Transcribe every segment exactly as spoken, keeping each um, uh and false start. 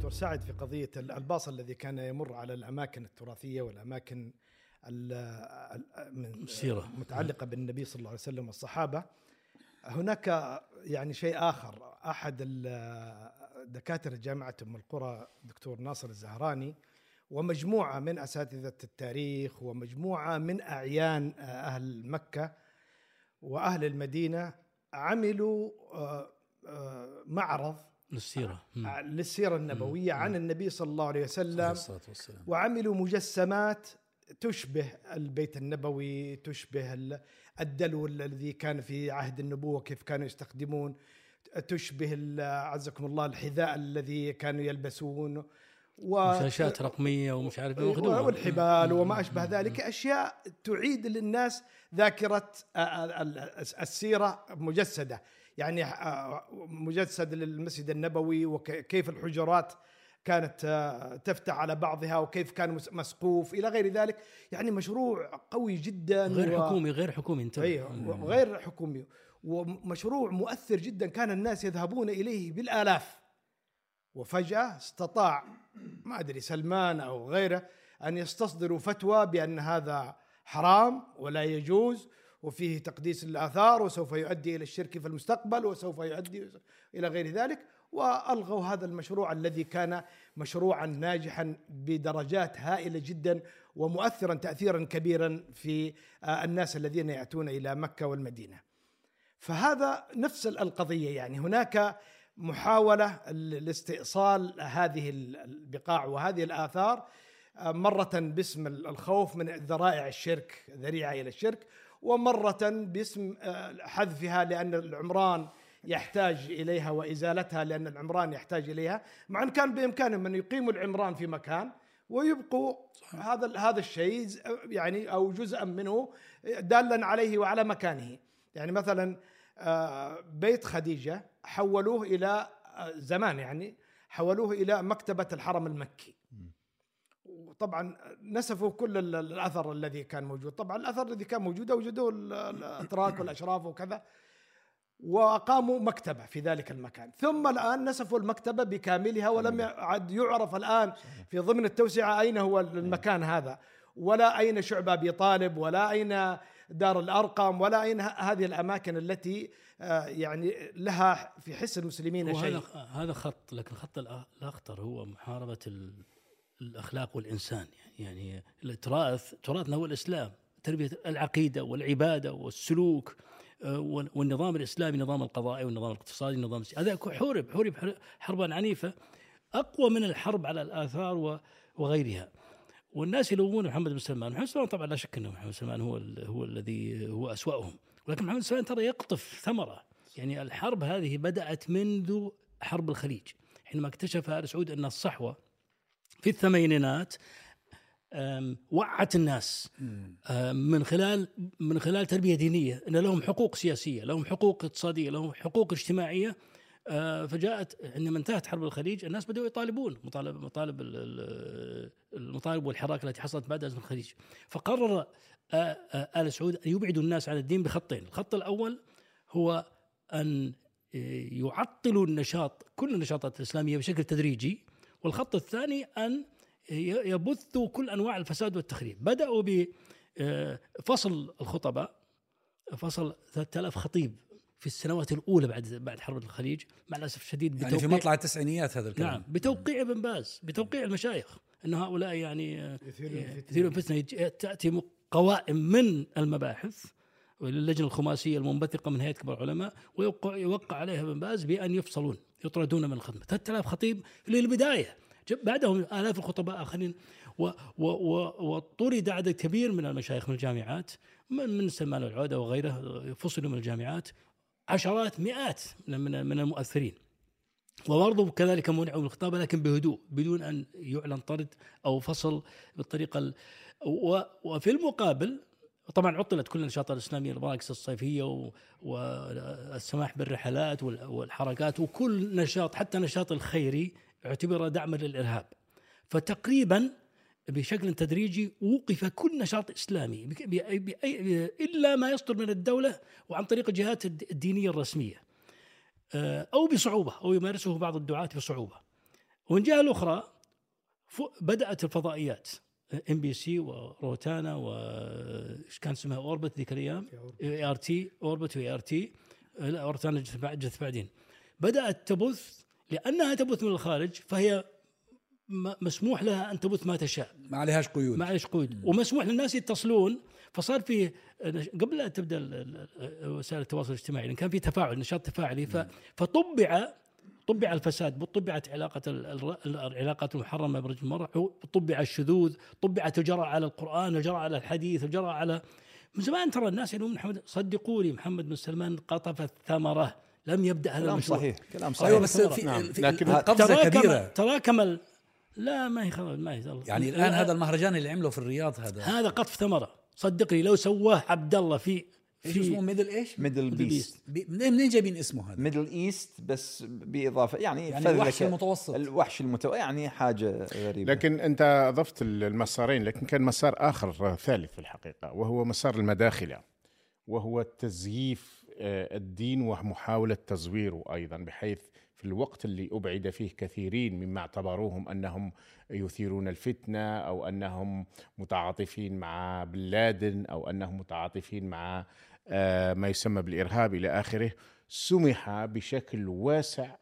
دكتور سعد في قضية الباص الذي كان يمر على الأماكن التراثية والأماكن السيرة متعلقة بالنبي صلى الله عليه وسلم والصحابة. هناك يعني شيء آخر، أحد دكاترة جامعة أم القرى دكتور ناصر الزهراني ومجموعة من أساتذة التاريخ ومجموعة من أعيان أهل مكة وأهل المدينة عملوا معرض للسيرة للسيرة النبوية عن النبي صلى الله عليه وسلم، وعملوا مجسمات تشبه البيت النبوي، تشبه الدلو الذي كان في عهد النبوة كيف كانوا يستخدمون، تشبه عزكم الله الحذاء الذي كانوا يلبسون، وشاشات رقمية ومش عارف مخدومة والحبال وما أشبه ذلك، أشياء تعيد للناس ذاكرة السيرة مجسدة، يعني مجسد للمسجد النبوي وكيف الحجرات كانت تفتح على بعضها وكيف كان مسقوف إلى غير ذلك. يعني مشروع قوي جدا، غير و... حكومي غير حكومي انت غير حكومي، ومشروع مؤثر جدا، كان الناس يذهبون إليه بالآلاف. وفجأة استطاع ما أدري سلمان أو غيره أن يستصدروا فتوى بأن هذا حرام ولا يجوز وفيه تقديس الآثار وسوف يؤدي إلى الشرك في المستقبل وسوف يؤدي إلى غير ذلك، وألغوا هذا المشروع الذي كان مشروعا ناجحا بدرجات هائلة جدا ومؤثرا تأثيرا كبيرا في الناس الذين يأتون إلى مكة والمدينة. فهذا نفس القضية، يعني هناك محاولة لاستئصال هذه البقاع وهذه الآثار، مرة باسم الخوف من ذرائع الشرك، ذريعة إلى الشرك، ومرة باسم حذفها لأن العمران يحتاج إليها وإزالتها لأن العمران يحتاج إليها، مع أن كان بإمكانهم أن يقيموا العمران في مكان ويبقوا هذا هذا الشيء يعني أو جزءا منه دالا عليه وعلى مكانه. يعني مثلا بيت خديجة حولوه إلى زمان، يعني حولوه إلى مكتبة الحرم المكي، وطبعا نسفوا كل الأثر الذي كان موجود. طبعا الأثر الذي كان موجود وجدوه الأتراك والأشراف وكذا، وأقاموا مكتبة في ذلك المكان. ثم الآن نسفوا المكتبة بكاملها، ولم يعد يعرف الآن في ضمن التوسعة أين هو المكان هذا، ولا أين شعب أبي طالب، ولا أين دار الأرقم، ولا أين هذه الأماكن التي يعني لها في حس المسلمين شيء. هذا خط، لكن الخط الأخطر هو محاربة الأخلاق والإنسان. يعني التراث، تراثنا هو الإسلام، تربية العقيدة والعبادة والسلوك والنظام الإسلامي، نظام القضائي والنظام الاقتصادي، النظام هذا حورب حورب حربا عنيفة أقوى من الحرب على الآثار وغيرها. والناس يلومون محمد بن سلمان. محمد بن سلمان طبعا لا شك أن محمد بن سلمان هو هو الذي هو أسوأهم، ولكن محمد بن سلمان ترى يقطف ثمرة. يعني الحرب هذه بدأت منذ حرب الخليج، حينما اكتشف آل سعود أن الصحوة في الثمانينات وعت الناس من خلال من خلال تربية دينية أن لهم حقوق سياسية، لهم حقوق اقتصادية، لهم حقوق اجتماعية. فجاءت عندما انتهت حرب الخليج الناس بدأوا يطالبون مطالب مطالب المطالب والحراك التي حصلت بعد أزمة الخليج. فقرر آل سعود أن يبعدوا الناس عن الدين بخطين. الخط الأول هو أن يعطلوا النشاط كل النشاطات الإسلامية بشكل تدريجي، والخط الثاني أن يبثوا كل أنواع الفساد والتخريب. بدأوا بفصل الخطباء، فصل ثلاثة آلاف خطيب في السنوات الأولى بعد بعد حرب الخليج، مع الأسف الشديد يعني في مطلع التسعينيات هذا الكلام. نعم، بتوقيع ابن باز، بتوقيع المشايخ، أن هؤلاء يعني يثيرون فتنة. تأتي قوائم من المباحث واللجنة الخماسية المنبثقة من هيئة كبار العلماء، ويوقع عليها ابن باز بأن يفصلون يطردون من الخدمة. ثلاثة آلاف خطيب للبداية، بعدهم آلاف الخطباء آخرين، وطرد عدد كبير من المشايخ من الجامعات، من سلمان العودة وغيره، فصلوا من الجامعات عشرات مئات من من المؤثرين. وبرضه كذلك منعوا من الخطابة، لكن بهدوء بدون أن يعلن طرد أو فصل بالطريقة. وفي المقابل طبعا عطلت كل النشاطات الإسلامية، المراكز الصيفية والسماح بالرحلات والحركات، وكل نشاط حتى نشاط الخيري اعتبر دعما للإرهاب. فتقريبا بشكل تدريجي وقف كل نشاط إسلامي إلا ما يصدر من الدولة وعن طريق الجهات الدينية الرسمية، أو بصعوبة، أو يمارسه بعض الدعاة بصعوبة. ومن جهة الأخرى بدأت الفضائيات ام بي سي وروتانا وايش كان اسمها اوربت ذيك الايام اي ار تي اوربت واي ار تي لا روتانا جت بعدين بدأت تبث لأنها تبث من الخارج فهي مسموح لها أن تبث ما تشاء ما عليهاش قيود ما عليهاش قيود ومسموح للناس يتصلون فصار في قبل لا تبدأ وسائل التواصل الاجتماعي لأن كان في تفاعل نشاط تفاعلي فطبع طبع الفساد طبعت علاقة العلاقات المحرمة برجل المرأة طبع الشذوذ طبعت الجرأة على القرآن الجرأة على الحديث الجرأة على من زمان ترى الناس يقولون محمد صدقوني محمد بن سلمان قطف الثمرة لم يبدأ هذا المشروع صحيح كلام صحيح أيوة بس في, نعم. في لكن قفزة كبيرة تراكم لا ما هي خلاص ما هي يعني الآن هذا المهرجان اللي عمله في الرياض هذا هذا قطف ثمرة صدقني لو سواه عبد الله في في اسمه ميدل ايش ميدل بيست منين جايبين اسمه هذا ميدل ايست بس باضافه يعني, يعني الوحش المتوسط الوحش المتوسط يعني حاجه غريبه لكن انت اضفت المسارين لكن كان مسار اخر ثالث في الحقيقه وهو مسار المداخله وهو تزييف الدين ومحاوله تزويره ايضا بحيث في الوقت اللي أبعد فيه كثيرين مما اعتبروهم أنهم يثيرون الفتنة أو أنهم متعاطفين مع بن لادن أو أنهم متعاطفين مع ما يسمى بالإرهاب إلى آخره سمح بشكل واسع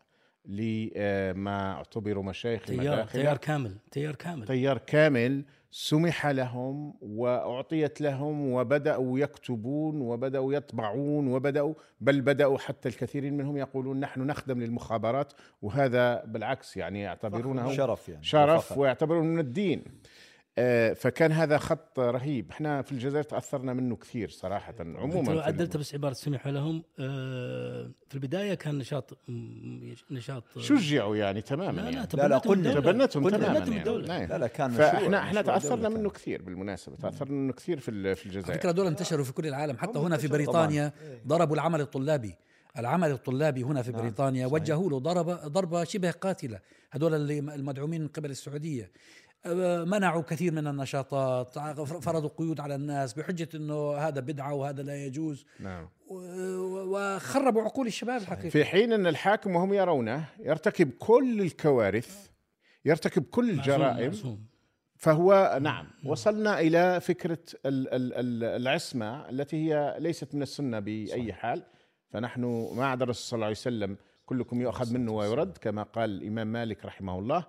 لما اعتبروا مشايخ تيار, تيار كامل تيار كامل تيار كامل سمح لهم وأعطيت لهم وبدأوا يكتبون وبدأوا يطبعون وبدأوا بل بدأوا حتى الكثيرين منهم يقولون نحن نخدم للمخابرات وهذا بالعكس يعني يعتبرونه شرف يعني شرف ويعتبرونه من الدين. فكان هذا خط رهيب احنا في الجزائر تأثرنا منه كثير صراحة عموما. لو عدلت بس عبارة سمح لهم في البداية كان نشاط نشاط شجعوا يعني تماما لا يعني. لا لا قلنا تبنتهم تماما يعني. لا لا كان فاحنا احنا تأثرنا منه كثير بالمناسبة تأثرنا منه كثير في في الجزائر. على فكرة دول انتشروا في كل العالم حتى هنا في بريطانيا ضربوا العمل الطلابي العمل الطلابي هنا في بريطانيا وجهوا له ضربة ضربة شبه قاتلة هذول اللي المدعومين من قبل السعودية منعوا كثير من النشاطات فرضوا قيود على الناس بحجة أنه هذا بدعة وهذا لا يجوز نعم. وخربوا عقول الشباب الحقيقة في حين أن الحاكم وهم يرونه يرتكب كل الكوارث يرتكب كل الجرائم فهو نعم وصلنا إلى فكرة العصمة التي هي ليست من السنة بأي حال. فنحن ما عدا الرسول صلى الله عليه وسلم كلكم يؤخذ منه ويرد كما قال الإمام مالك رحمه الله.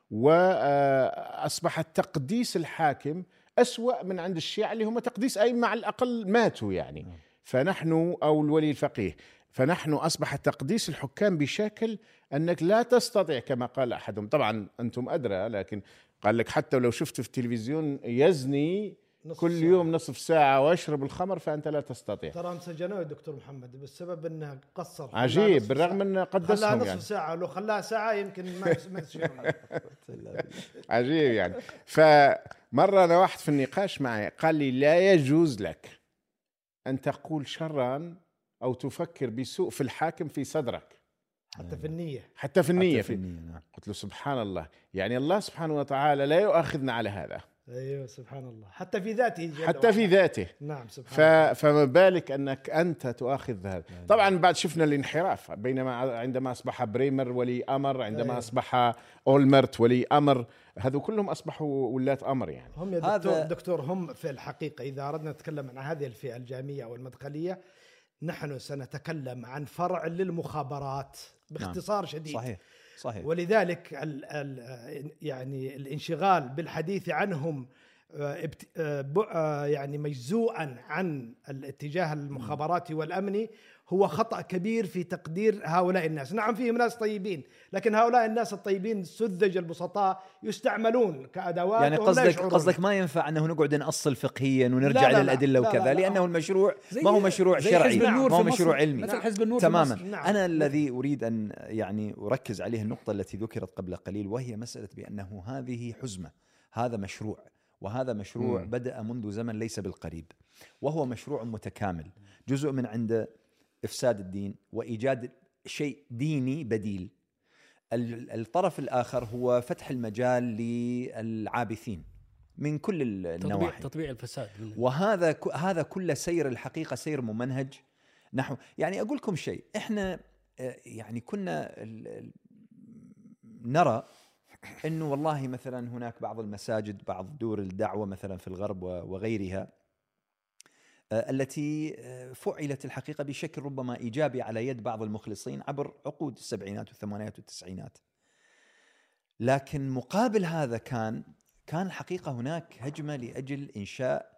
وأصبح تقديس الحاكم أسوأ من عند الشيعة اللي هم تقديس أئمة على الأقل ماتوا يعني. فنحن أو الولي الفقيه فنحن أصبح تقديس الحكام بشكل أنك لا تستطيع كما قال أحدهم طبعا أنتم أدرى لكن قال لك حتى لو شفت في التلفزيون يزني كل ساعة. يوم نصف ساعة واشرب الخمر فأنت لا تستطيع. ترى مسجنوه دكتور محمد بالسبب أنه قصر عجيب بالرغم من قدسهم يعني. نصف نصف ساعة لو خلاها ساعة يمكن ما يسجنونه. عجيب يعني. فمرة أنا واحد في النقاش معي قال لي لا يجوز لك أن تقول شرا أو تفكر بسوء في الحاكم في صدرك حتى في النية حتى في النية, حتى في النية. قلت له سبحان الله يعني الله سبحانه وتعالى لا يؤاخذنا على هذا. ايوه سبحان الله حتى في ذاته حتى في ذاته نعم سبحان ف... الله فما بالك انك انت تؤاخذ هذا. طبعا بعد شفنا الانحراف بينما عندما اصبح بريمر ولي امر عندما أيوه. اصبح اولمرت ولي امر هذو كلهم اصبحوا ولات امر يعني. هم يا دكتور, هذا... دكتور هم في الحقيقه اذا اردنا نتكلم عن هذه الفئه الجاميه او المدخليه نحن سنتكلم عن فرع للمخابرات باختصار نعم. شديد صحيح صحيح. ولذلك ال ال يعني الانشغال بالحديث عنهم يعني مجزوءا عن الاتجاه المخابراتي والأمني هو خطأ كبير في تقدير هؤلاء الناس. نعم فيهم ناس طيبين لكن هؤلاء الناس الطيبين السذج البسطاء يستعملون كأدوات يعني قصدك قصدك ما ينفع أنه نقعد نأصل فقهيا ونرجع لا لا للأدلة لا وكذا لا لا لأنه المشروع ما هو مشروع شرعي ما هو مشروع علمي نعم. تماما. نعم. أنا الذي أريد أن يعني أركز عليه النقطة التي ذكرت قبل قليل وهي مسألة بأنه هذه حزمة هذا مشروع وهذا مشروع مم. بدأ منذ زمن ليس بالقريب وهو مشروع متكامل جزء من عند إفساد الدين وإيجاد شيء ديني بديل. الطرف الآخر هو فتح المجال للعابثين من كل النواحي تطبيع الفساد وهذا هذا كل سير الحقيقة سير ممنهج نحو يعني أقول لكم شيء إحنا يعني كنا نرى أنه والله مثلا هناك بعض المساجد، بعض دور الدعوة مثلا في الغرب وغيرها التي فعلت الحقيقة بشكل ربما إيجابي على يد بعض المخلصين عبر عقود السبعينات والثمانينات والتسعينات. لكن مقابل هذا كان كان الحقيقة هناك هجمة لأجل إنشاء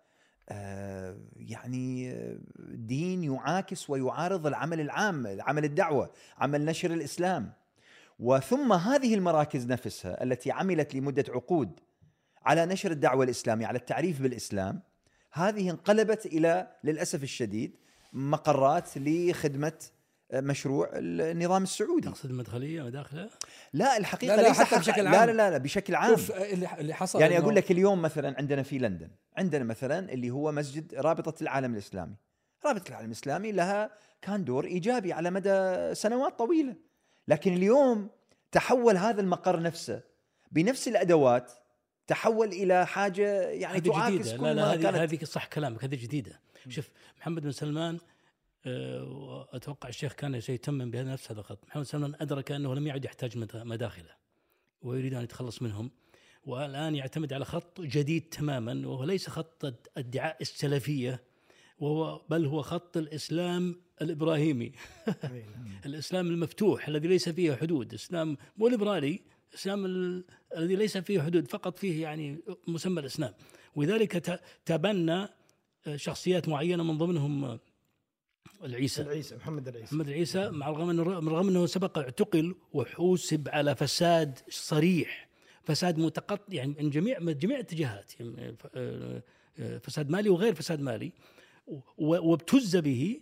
يعني دين يعاكس ويعارض العمل العام، عمل الدعوة، عمل نشر الإسلام. وثم هذه المراكز نفسها التي عملت لمدة عقود على نشر الدعوة الإسلامية، على التعريف بالإسلام، هذه انقلبت إلى للأسف الشديد مقرات لخدمة مشروع النظام السعودي. تقصد المدخلية مداخلة؟ لا الحقيقة لا لا ليس حتى بشكل عام. لا لا لا, لا بشكل عام. شوف اللي حصل يعني أقول لك اليوم مثلا عندنا في لندن عندنا مثلا اللي هو مسجد رابطة العالم الإسلامي. رابطة العالم الإسلامي لها كان دور إيجابي على مدى سنوات طويلة، لكن اليوم تحول هذا المقر نفسه بنفس الأدوات، تحول إلى حاجة يعني تعاكس كل لا لا ما هذه كانت. هذه صح كلامك، هذه جديدة. شوف محمد بن سلمان، أتوقع الشيخ كان سيتمم بهذا نفس هذا الخط. محمد بن سلمان أدرك أنه لم يعد يحتاج مداخله ويريد أن يتخلص منهم، والآن يعتمد على خط جديد تماما، وهو ليس خط الادعاء السلفية، وهو بل هو خط الإسلام الإبراهيمي. الإسلام المفتوح الذي ليس فيه حدود، إسلام مو ليبرالي، إسلام الذي ليس فيه حدود، فقط فيه يعني مسمى الإسلام. ولذلك تبنى شخصيات معينة من ضمنهم العيسى العيسى محمد العيسى محمد العيسى مع الرغم أنه رغم أنه سبق اعتقل وحوسب على فساد صريح، فساد متقطع يعني من جميع من جميع الاتجاهات، يعني فساد مالي وغير فساد مالي، وابتز به،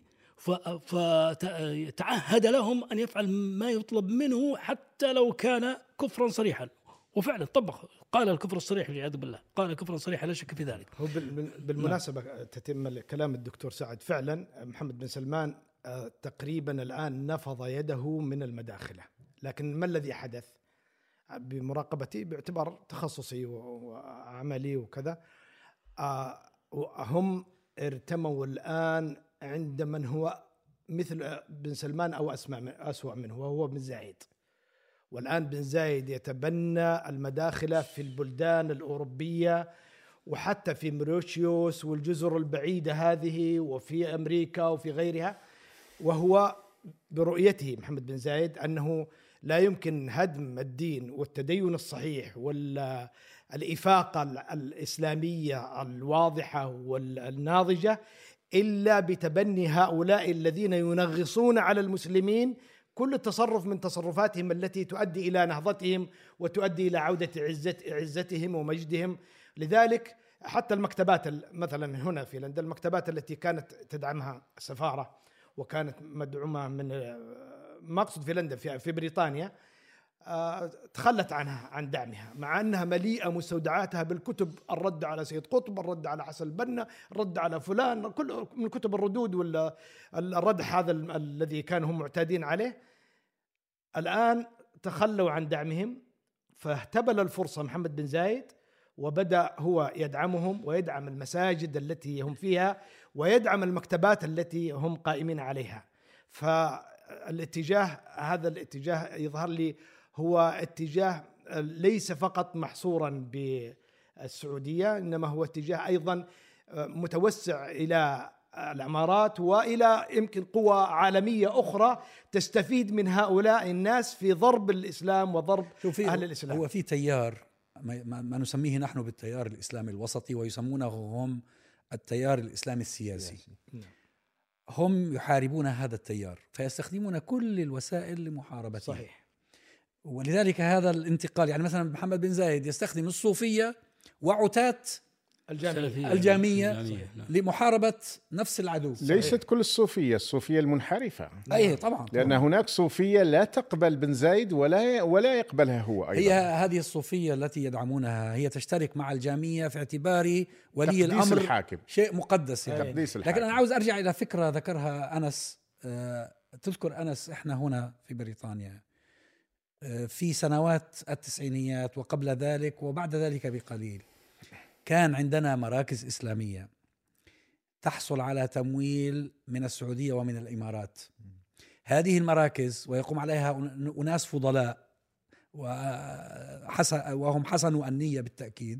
فتعهد لهم أن يفعل ما يطلب منه حتى لو كان كفرا صريحا، وفعلا طبق، قال الكفر الصريح والعياذ بالله، قال كفرا صريحا لا شك في ذلك. هو بالمناسبة تتم كلام الدكتور سعد، فعلا محمد بن سلمان تقريبا الآن نفض يده من المداخلة، لكن ما الذي حدث؟ بمراقبتي باعتبار تخصصي وعملي وكذا، هم ارتموا الآن عند من هو مثل بن سلمان أو أسوأ منه، وهو بن زايد. والآن بن زايد يتبنى المداخلة في البلدان الأوروبية، وحتى في موريشيوس والجزر البعيدة هذه، وفي أمريكا وفي غيرها. وهو برؤيته محمد بن زايد أنه لا يمكن هدم الدين والتدين الصحيح والإفاقة الإسلامية الواضحة والناضجة إلا بتبني هؤلاء الذين ينغصون على المسلمين كل تصرف من تصرفاتهم التي تؤدي إلى نهضتهم وتؤدي إلى عودة عزت عزتهم ومجدهم. لذلك حتى المكتبات مثلا هنا في لندن، المكتبات التي كانت تدعمها السفارة وكانت مدعومة من ما أقصد في لندن، في, في بريطانيا، تخلت عنها عن دعمها، مع أنها مليئة مستودعاتها بالكتب، الرد على سيد قطب، الرد على حسن البنا، الرد على فلان، كل من كتب الردود ولا الردح هذا الذي كانوا هم معتادين عليه. الآن تخلوا عن دعمهم، فاهتبل الفرصة محمد بن زايد وبدأ هو يدعمهم ويدعم المساجد التي هم فيها ويدعم المكتبات التي هم قائمين عليها. فالاتجاه هذا الاتجاه يظهر لي هو اتجاه ليس فقط محصورا بالسعودية، إنما هو اتجاه أيضا متوسع إلى الإمارات وإلى يمكن قوى عالمية أخرى تستفيد من هؤلاء الناس في ضرب الإسلام وضرب أهل الإسلام. هو في تيار ما نسميه نحن بالتيار الإسلامي الوسطي، ويسمونه هم التيار الإسلامي السياسي. هم يحاربون هذا التيار فيستخدمون كل الوسائل لمحاربته. صحيح. ولذلك هذا الانتقال، يعني مثلا محمد بن زايد يستخدم الصوفية وعتات الجامية, الجامية لمحاربة نفس العدو. ليست كل الصوفية، الصوفية المنحرفة. أيه طبعا، لأن طبعا. هناك صوفية لا تقبل بن زايد ولا ولا يقبلها هو أيضا. هي هذه الصوفية التي يدعمونها هي تشترك مع الجامية في اعتبار ولي الأمر الحاكم شيء مقدس يعني. تقديس الحاكم. لكن أنا عاوز أرجع إلى فكرة ذكرها أنس. أه تذكر أنس إحنا هنا في بريطانيا أه في سنوات التسعينيات وقبل ذلك وبعد ذلك بقليل كان عندنا مراكز إسلامية تحصل على تمويل من السعودية ومن الإمارات. هذه المراكز ويقوم عليها أناس فضلاء وهم حسنوا النية بالتأكيد،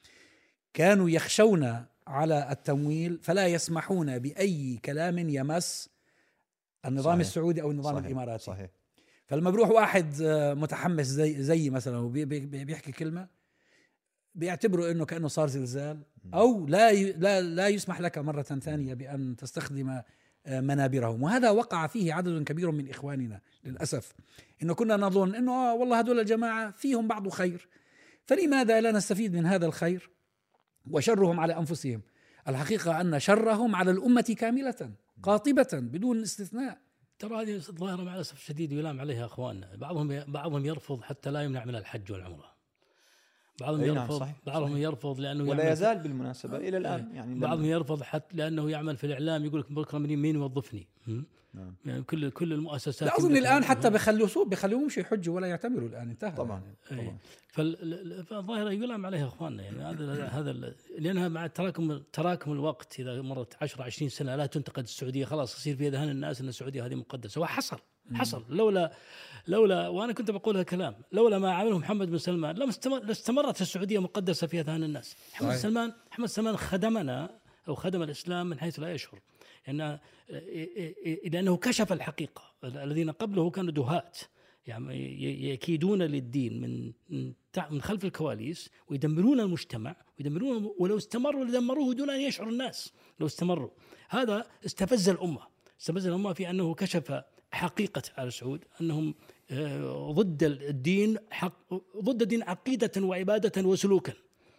كانوا يخشون على التمويل فلا يسمحون بأي كلام يمس النظام صحيح. السعودي أو النظام صحيح. الإماراتي صحيح. فلما بروح واحد متحمس زي, زي مثلا وبيحكي كلمة بيعتبروا إنه كأنه صار زلزال، أو لا لا لا يسمح لك مرة ثانية بأن تستخدم منابرهم. وهذا وقع فيه عدد كبير من إخواننا للأسف، إنه كنا نظن إنه آه والله هدول الجماعة فيهم بعض خير، فلماذا لا نستفيد من هذا الخير وشرهم على أنفسهم؟ الحقيقة أن شرهم على الأمة كاملة قاطبة بدون استثناء. ترى هذه الظاهرة مع الأسف الشديد يلام عليها أخواننا، بعضهم بعضهم يرفض حتى لا يمنع من الحج والعمرة، بعضهم يرفض صحيح. بعضهم صحيح. يرفض لأنه ولا يزال بالمناسبة إلى الآن يعني بعضهم يرفض حتى لأنه يعمل في الإعلام، يقول لك بكرة منين مين يوظفني. نعم. يعني كل كل المؤسسات لا أظن الآن حتى بخلوه بخلوهمش يحجوا ولا يعتمروا الآن، انتهى طبعا, طبعا. فالظاهرة يلام عليها أخواننا، يعني هذا هذا لأنها مع تراكم تراكم الوقت، إذا مرت عشرة عشرين سنة لا تنتقد السعودية، خلاص يصير في أذهان الناس أن السعودية هذه مقدسة. وحصل حصل لولا لولا وأنا كنت بقول هالكلام، لولا ما عمله محمد بن سلمان لم استمرت السلسعودية مقدسة في أذهان الناس. محمد بن سلمان محمد سلمان خدمنا أو خدم الإسلام من حيث لا يشعر، لأنه لأنه كشف الحقيقة. الذين قبله كانوا دهات، يعني يكيدون للدين من من خلف الكواليس ويدمرون المجتمع ويدمرون، ولو استمروا لدمروه دون أن يشعر الناس. لو استمروا هذا استفز الأمة، استفز الأمة في أنه كشف حقيقة آل سعود، أنهم ضد الدين، حق ضد الدين عقيدة وعبادة وسلوكا،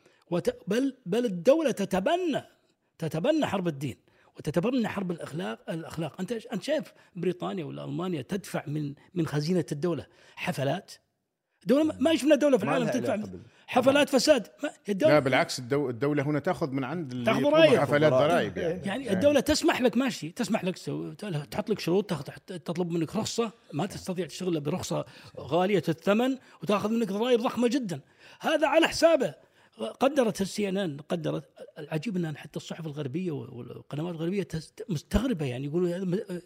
بل بل الدولة تتبنى تتبنى حرب الدين وتتبنى حرب الأخلاق الأخلاق أنت أنت شايف بريطانيا ولا ألمانيا تدفع من من خزينة الدولة حفلات. دولة ما شفنا دولة في العالم تدفع حفلات فساد. لا بالعكس، الدولة هنا تأخذ من عند اللي حفلات ضرائب يعني. يعني الدولة تسمح لك ماشي، تسمح لك تحط لك شروط، تطلب منك رخصة، ما تستطيع تشتغل برخصة غالية الثمن وتأخذ منك ضرائب ضخمة جدا. هذا على حسابه. قدرت السي ان ان قدرت. العجيب ان حتى الصحف الغربيه والقنوات الغربيه مستغربه، يعني يقولوا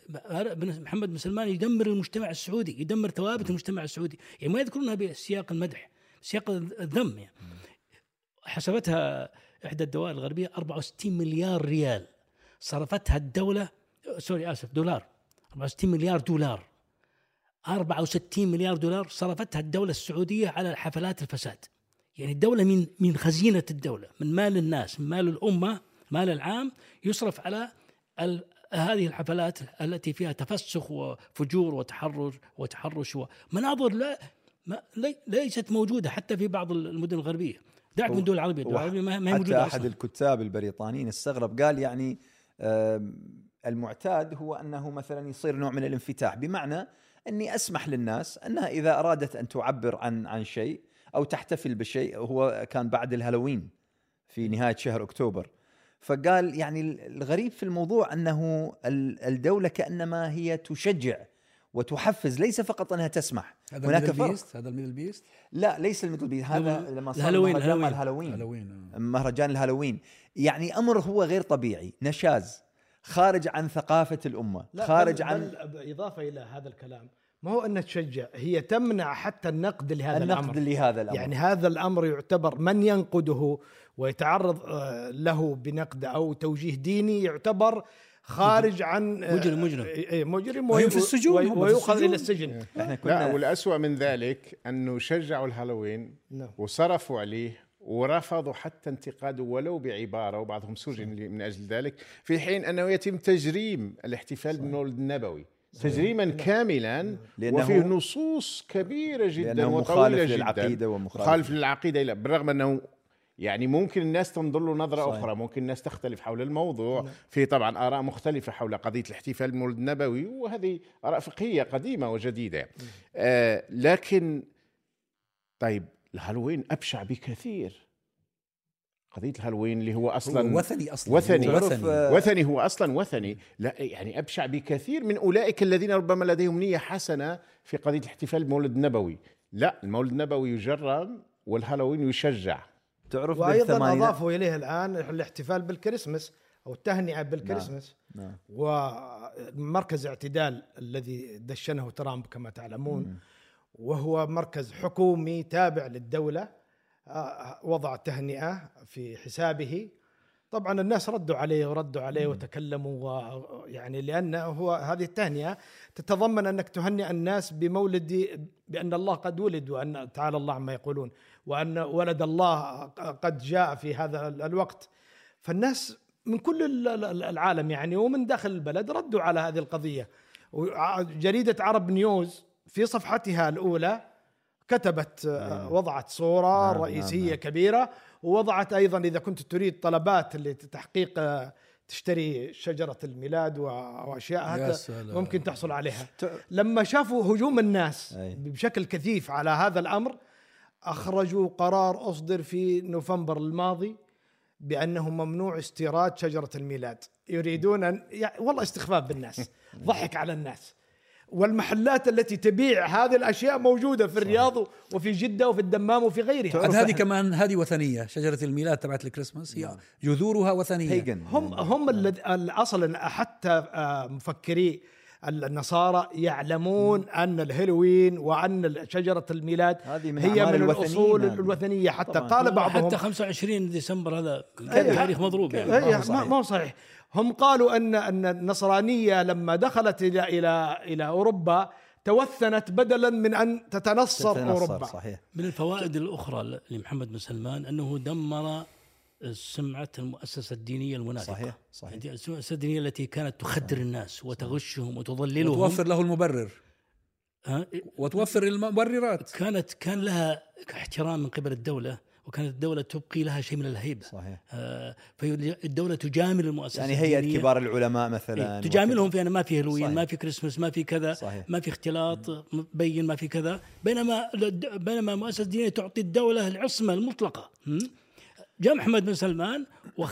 محمد بن سلمان يدمر المجتمع السعودي، يدمر ثوابت المجتمع السعودي، يعني ما يذكرونها بسياق المدح، سياق الذم. يعني حسبتها احدى الدوائر الغربيه أربعة وستين مليار ريال صرفتها الدوله، سوري اسف دولار، أربعة وستين مليار دولار، أربعة وستين مليار دولار صرفتها الدوله السعوديه على حفلات الفساد. يعني الدولة من من خزينة الدولة، من مال الناس، من مال الأمة، مال العام، يصرف على هذه الحفلات التي فيها تفسخ وفجور وتحرش وتحرش ومناظر لا ما ليست موجودة حتى في بعض المدن الغربية. دعك من الدول العربية، الدول العربية ما هي موجودة. حتى أحد الكتاب البريطانيين استغرب، قال يعني المعتاد هو أنه مثلا يصير نوع من الانفتاح، بمعنى أني أسمح للناس أنها إذا أرادت أن تعبر عن عن شيء أو تحتفل بشيء. هو كان بعد الهالوين في نهاية شهر أكتوبر، فقال يعني الغريب في الموضوع أنه الدولة كأنما هي تشجع وتحفز، ليس فقط أنها تسمح. هذا هناك فرق. هذا الميدل بيست؟ لا ليس الميدل بيست، هذا لما صار الهالوين مهرجان الهالوين, الهالوين. مهرجان الهالوين، يعني أمر هو غير طبيعي، نشاز خارج عن ثقافة الأمة، خارج بل عن بل إضافة إلى هذا الكلام، ما هو أن تشجع، هي تمنع حتى النقد لهذا النقد الأمر. لهذا الأمر. يعني هذا الأمر يعتبر من ينقده ويتعرض له بنقد أو توجيه ديني يعتبر خارج عن مجرم مجرم مجرم وفي السجون ويؤخذ إلى السجن. احنا كنا لا، والأسوأ من ذلك أنه شجعوا الهالوين وصرفوا عليه ورفضوا حتى انتقاده ولو بعبارة، وبعضهم سجن من أجل ذلك، في حين أنه يتم تجريم الاحتفال بالمولد النبوي تجريما كاملا وفيه نصوص كبيرة جدا وطويلة جدا للعقيدة ومخالف للعقيدة، بالرغم أنه يعني ممكن الناس تنظر له نظرة صحيح. أخرى، ممكن الناس تختلف حول الموضوع. نعم. في طبعا آراء مختلفة حول قضية الاحتفال بالمولد النبوي، وهذه آراء فقهية قديمة وجديدة. آه لكن طيب الهالوين أبشع بكثير. قضية الهالوين اللي هو أصلاً هو وثني أصلاً وثني. هو وثني. وثني هو أصلاً وثني، لا يعني أبشع بكثير من أولئك الذين ربما لديهم نية حسنة في قضية الاحتفال بالمولد النبوي. لا، المولد النبوي يجرم والهالوين يشجع. تعرف وأيضاً أضافوا إليه الآن الاحتفال بالكريسماس أو التهنئة بالكريسماس. نعم. نعم. ومركز اعتدال الذي دشنه ترامب كما تعلمون. م. وهو مركز حكومي تابع للدولة، وضع تهنئة في حسابه. طبعا الناس ردوا عليه وردوا عليه وتكلموا، يعني لأن هو هذه التهنئة تتضمن أنك تهنئ الناس بمولد، بأن الله قد ولد، وأن تعالى الله عما يقولون، وأن ولد الله قد جاء في هذا الوقت. فالناس من كل العالم يعني ومن داخل البلد ردوا على هذه القضية. جريدة عرب نيوز في صفحتها الأولى كتبت، وضعت صورة نعم رئيسية نعم كبيرة، ووضعت أيضا إذا كنت تريد طلبات لتحقيق تشتري شجرة الميلاد وأشياء هذا ممكن تحصل عليها. لما شافوا هجوم الناس بشكل كثيف على هذا الأمر، أخرجوا قرار أصدر في نوفمبر الماضي بأنه ممنوع استيراد شجرة الميلاد. يريدون أن يعني والله استخفاف بالناس، ضحك على الناس. والمحلات التي تبيع هذه الأشياء موجودة في الرياض وفي جدة وفي الدمام وفي غيرها. هذه كمان هذه وثنية، شجرة الميلاد تبعت الكريسماس هي جذورها وثنية. هم هم أصلا حتى مفكري النصارى يعلمون أن الهالوين وأن شجرة الميلاد هي من الأصول الوثنية. حتى طبعاً. قال بعضهم حتى خمسة وعشرين ديسمبر هذا تاريخ مضروب يعني. ما ما صحيح. هم قالوا أن أن النصرانية لما دخلت إلى إلى إلى أوروبا توثنت بدلا من أن تتنصر, تتنصر أوروبا. صحيح. من الفوائد الأخرى لمحمد بن سلمان أنه دمر سمعة المؤسسة الدينية المنافقة. صحيح صحيح. المؤسسة الدينية التي كانت تخدر الناس وتغشهم وتضللهم وتوفر له المبرر وتوفر المبررات. كانت كان لها احترام من قبل الدولة، وكانت الدولة تبقي لها شيء من الهيبة. صحيح. آه فالدولة تجامل المؤسسة يعني هيئة كبار العلماء مثلا إيه تجاملهم في أن ما في هالوين، ما في كريسماس، ما في كذا. صحيح. ما في اختلاط بين، ما في كذا. بينما بينما المؤسسة الدينية تعطي الدولة العصمة المطلقة. جاء محمد بن سلمان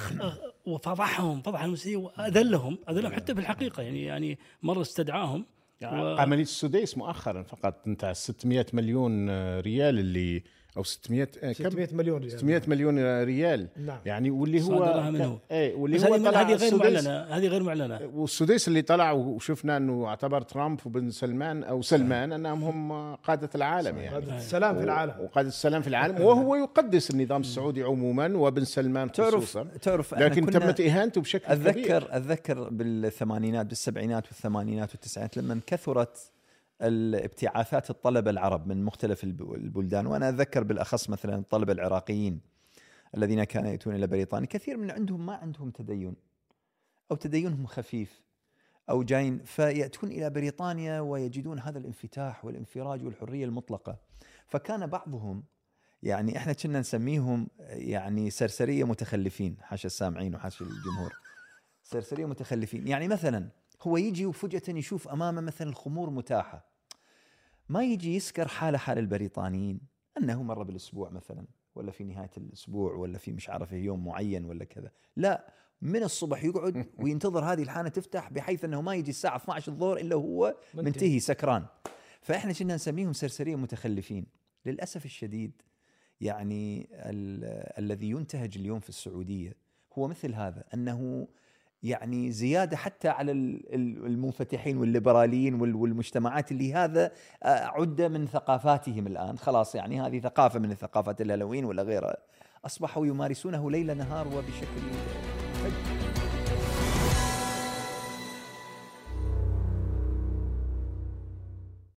وفضحهم فضح المسلمين وأذلهم أذلهم حتى في الحقيقة. يعني يعني مرة استدعاهم يعني و... عملية السديس مؤخرا فقط انت ستمائة مليون ريال اللي أو ستمائة ستمائة مليون ريال ستمائة مليون ريال نعم. يعني واللي هو منه. ايه واللي هو طلع هذه غير معلنة، هذه غير معلنة. والسديس اللي طلع وشفنا انه اعتبر ترامب وبن سلمان او سلمان انهم هم قادة العالم يعني قادة السلام في العالم وقادة السلام في العالم وهو يقدس النظام السعودي عموما وبن سلمان خصوصا. تعرف لكن تمت اهانته بشكل أتذكر كبير. اتذكر بالثمانينات بالسبعينات والثمانينات والتسعينات لما كثرت الابتعاثات الطلبة العرب من مختلف البلدان، وأنا أتذكر بالأخص مثلا الطلبة العراقيين الذين كانوا يأتون إلى بريطانيا، كثير من عندهم ما عندهم تدين أو تدينهم خفيف أو جاين، فيأتون إلى بريطانيا ويجدون هذا الانفتاح والانفراج والحرية المطلقة. فكان بعضهم يعني إحنا كنا نسميهم يعني سرسرية متخلفين، حاشا السامعين وحاشا الجمهور، سرسرية متخلفين. يعني مثلا هو يجي وفجأة يشوف أمامه مثلا الخمور متاحة، ما يجي يسكر حاله حال البريطانيين أنه مرة بالأسبوع مثلا ولا في نهاية الأسبوع ولا في مش عارف يوم معين ولا كذا، لا، من الصبح يقعد وينتظر هذه الحانة تفتح بحيث أنه ما يجي الساعة اثني عشر الظهر إلا هو منتهي سكران. فإحنا كنا نسميهم سرسرية متخلفين. للأسف الشديد يعني الذي ينتهج اليوم في السعودية هو مثل هذا، أنه يعني زيادة حتى على المنفتحين والليبراليين والمجتمعات اللي هذا عدة من ثقافاتهم الآن، خلاص يعني هذه ثقافة من الثقافات الهالوين ولا غيرها، أصبحوا يمارسونه ليل نهار وبشكل